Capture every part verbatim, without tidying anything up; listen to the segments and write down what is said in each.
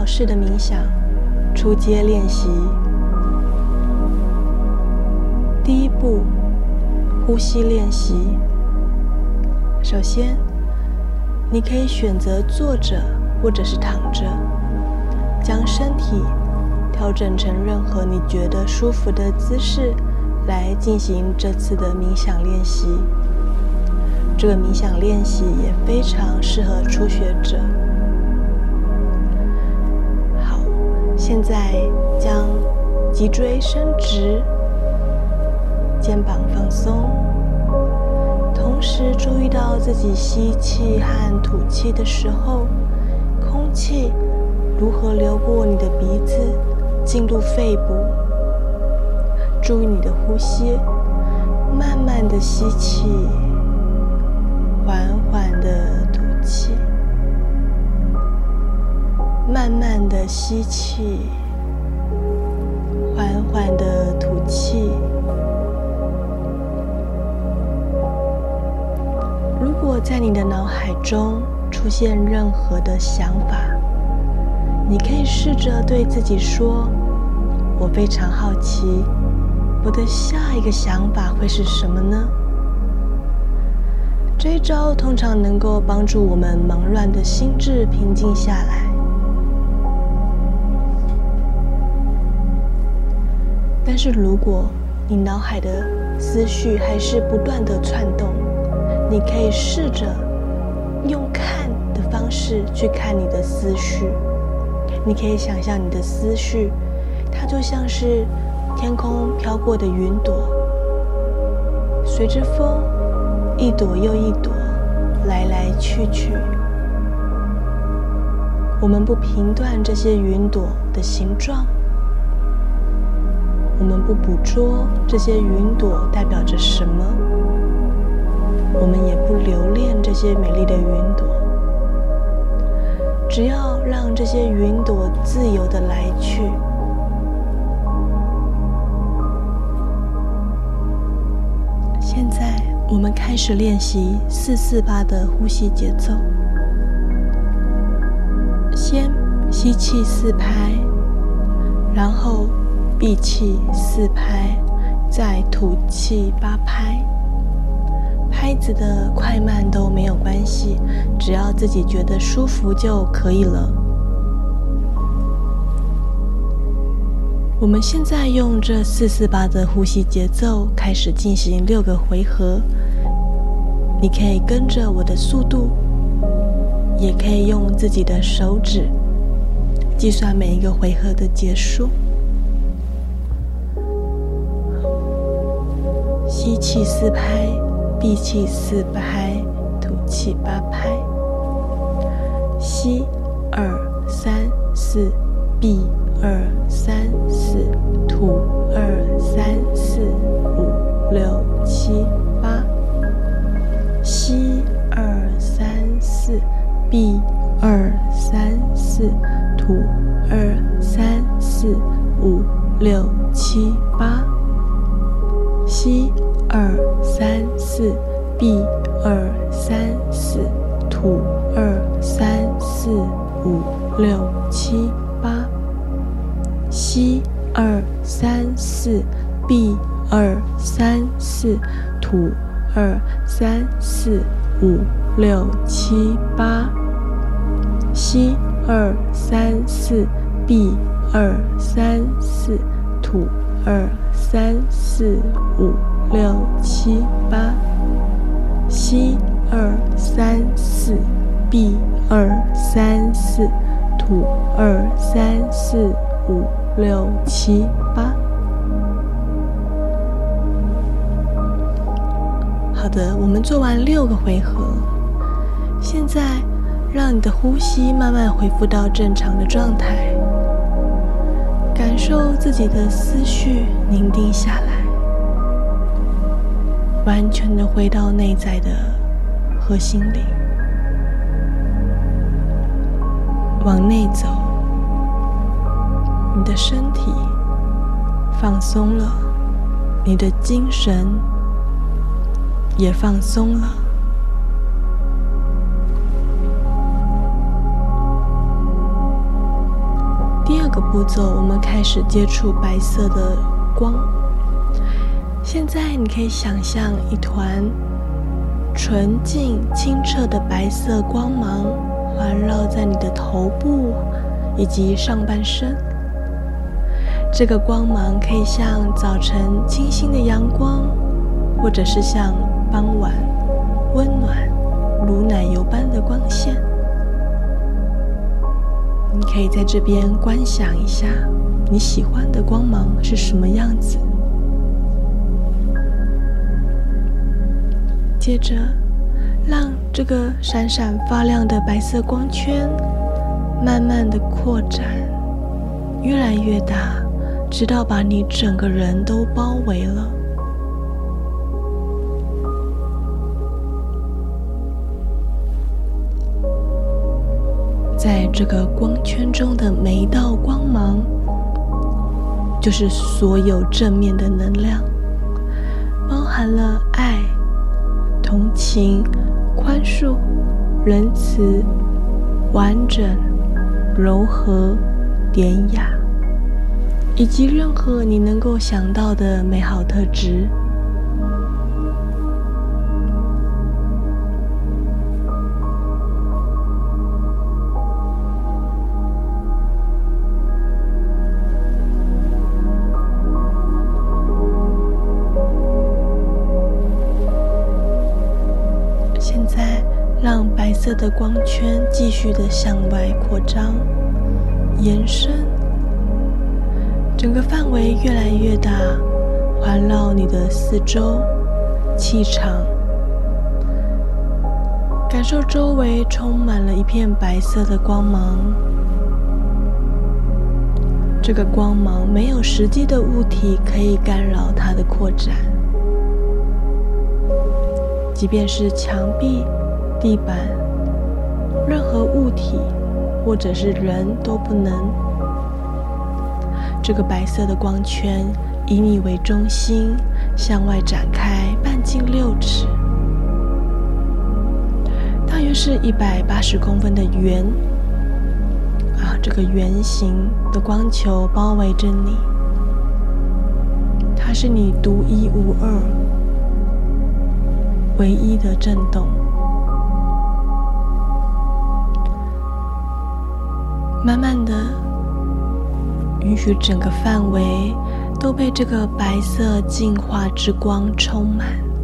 式的冥想初阶练习。第一步，呼吸练习。首先，你可以选择坐着或者是躺着，将身体调整成任何你觉得舒服的姿势来进行这次的冥想练习。这个冥想练习也非常适合初学者。好，现在将脊椎伸直，肩膀放松，同时注意到自己吸气和吐气的时候，空气如何流过你的鼻子进入肺部。注意你的呼吸，慢慢的吸气，缓缓的吐气，慢慢的吸气，缓缓的吐气。如果在你的脑海中出现任何的想法，你可以试着对自己说：我非常好奇，我的下一个想法会是什么呢？这一招通常能够帮助我们忙乱的心智平静下来。但是如果你脑海的思绪还是不断的窜动，你可以试着用看的方式去看你的思绪。你可以想象你的思绪，它就像是天空飘过的云朵，随着风一朵又一朵来来去去。我们不评断这些云朵的形状，我们不捕捉这些云朵代表着什么，我们也不留恋这些美丽的云朵。只要让这些云朵自由地来去。现在我们开始练习四四八的呼吸节奏。先吸气四拍，然后闭气四拍，再吐气八拍。拍子的快慢都没有关系，只要自己觉得舒服就可以了。我们现在用这四四八的呼吸节奏开始进行六个回合。你可以跟着我的速度，也可以用自己的手指计算每一个回合的结束。吸气四拍，闭气四拍，吐气八拍。吸二三四，闭二三四，吐二三四五六七八。吸二三四，闭二三四，吐二三四五六七八。吸二三四，闭二三四，吐二三四五六七八。吸二三四，闭二三四，吐二三四五六七八。吸二三四，闭二三四，吐二三四五六七八。吸二三四，闭二三四，吐二三四五六七八。好的，我们做完六个回合，现在让你的呼吸慢慢恢复到正常的状态，感受自己的思绪宁定下来，完全的回到内在的核心里，往内走，你的身体放松了，你的精神也放松了。 第二个步骤，我们开始接触白色的光。现在你可以想象一团纯净清澈的白色光芒环绕在你的头部以及上半身。这个光芒可以像早晨清新的阳光，或者是像傍晚温暖如奶油般的光线。你可以在这边观想一下你喜欢的光芒是什么样子。接着让这个闪闪发亮的白色光圈慢慢的扩展，越来越大，直到把你整个人都包围了。在这个光圈中的每一道光芒，就是所有正面的能量，包含了爱、同情、宽恕、仁慈、完整、柔和、典雅，以及任何你能够想到的美好特质。让白色的光圈继续的向外扩张、延伸，整个范围越来越大，环绕你的四周、气场，感受周围充满了一片白色的光芒。这个光芒没有实际的物体可以干扰它的扩展，即便是墙壁、地板，任何物体或者是人都不能。这个白色的光圈以你为中心向外展开半径六尺，大约是一百八十公分的圆啊，这个圆形的光球包围着你，它是你独一无二、唯一的震动。慢慢的允许整个范围都被这个白色净化之光充满。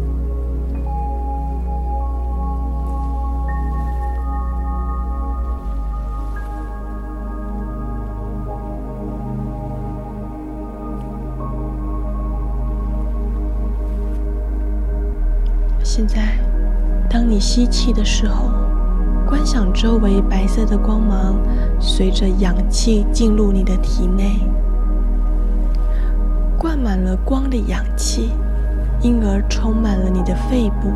现在当你吸气的时候，观想周围白色的光芒随着氧气进入你的体内，灌满了光的氧气，因而充满了你的肺部。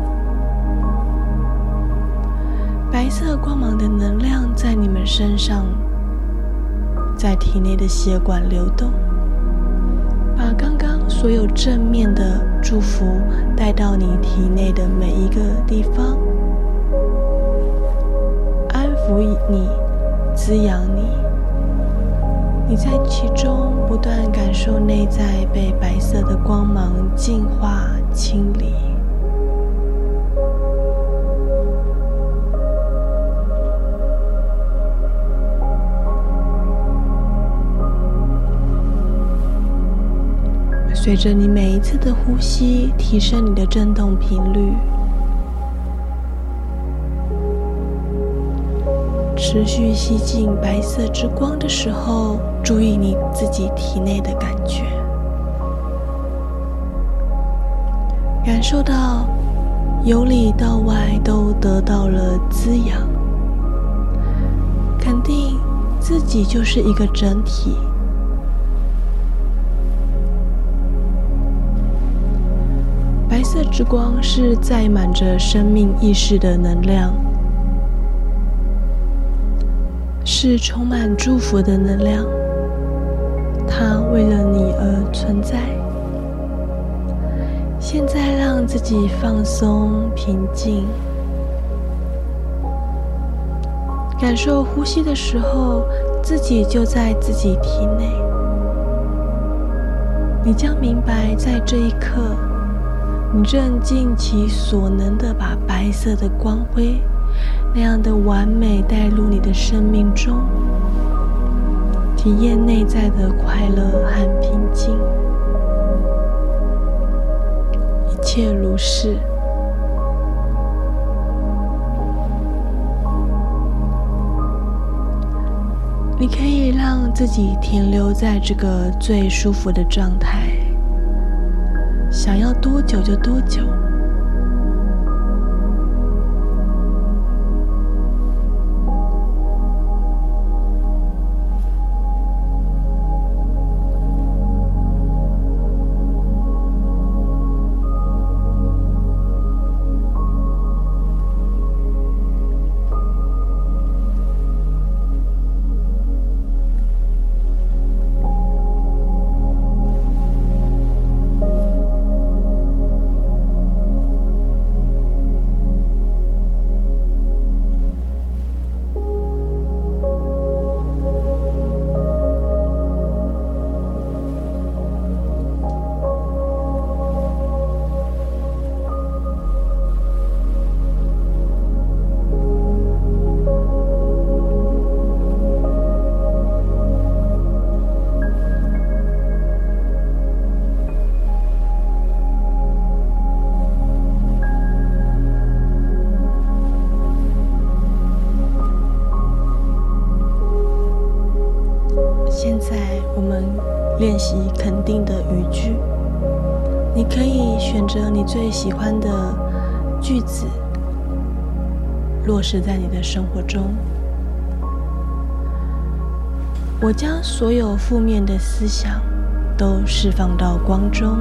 白色光芒的能量在你们身上，在体内的血管流动，把刚刚所有正面的祝福带到你体内的每一个地方，抚你，滋养你。你在其中不断感受内在被白色的光芒净化、清理。随着你每一次的呼吸，提升你的振动频率。持续吸进白色之光的时候，注意你自己体内的感觉，感受到由里到外都得到了滋养，肯定自己就是一个整体。白色之光是载满着生命意识的能量，是充满祝福的能量，它为了你而存在。现在让自己放松平静，感受呼吸的时候自己就在自己体内。你将明白，在这一刻，你正尽其所能地把白色的光辉那样的完美带入你的生命中，体验内在的快乐和平静。一切如是。你可以让自己停留在这个最舒服的状态，想要多久就多久。现在我们练习肯定的语句，你可以选择你最喜欢的句子，落实在你的生活中。我将所有负面的思想都释放到光中。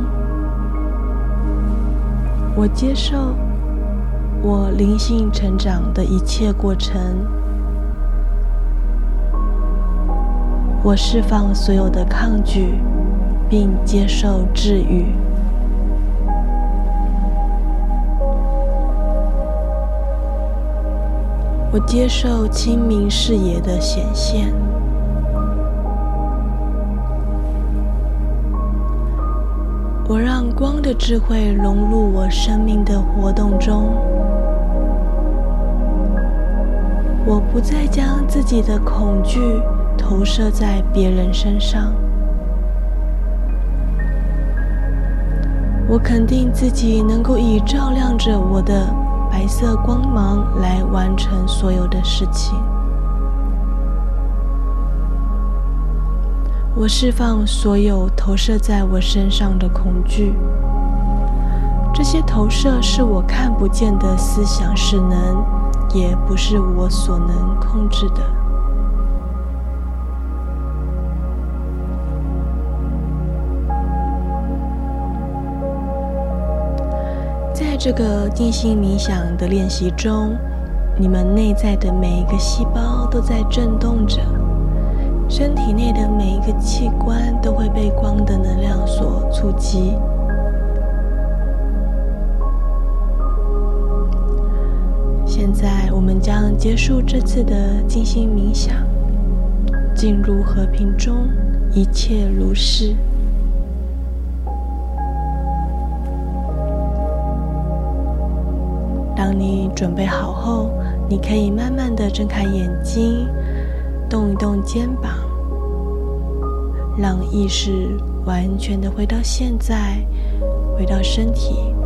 我接受我灵性成长的一切过程。我释放所有的抗拒，并接受治愈。我接受清明视野的显现。我让光的智慧融入我生命的活动中。我不再将自己的恐惧投射在别人身上。我肯定自己能够以照亮着我的白色光芒来完成所有的事情。我释放所有投射在我身上的恐惧。这些投射是我看不见的思想势能，也不是我所能控制的。在这个静心冥想的练习中，你们内在的每一个细胞都在震动着，身体内的每一个器官都会被光的能量所触及。现在我们将结束这次的静心冥想，进入和平中，一切如是。当你准备好后，你可以慢慢地睁开眼睛，动一动肩膀，让意识完全地回到现在，回到身体。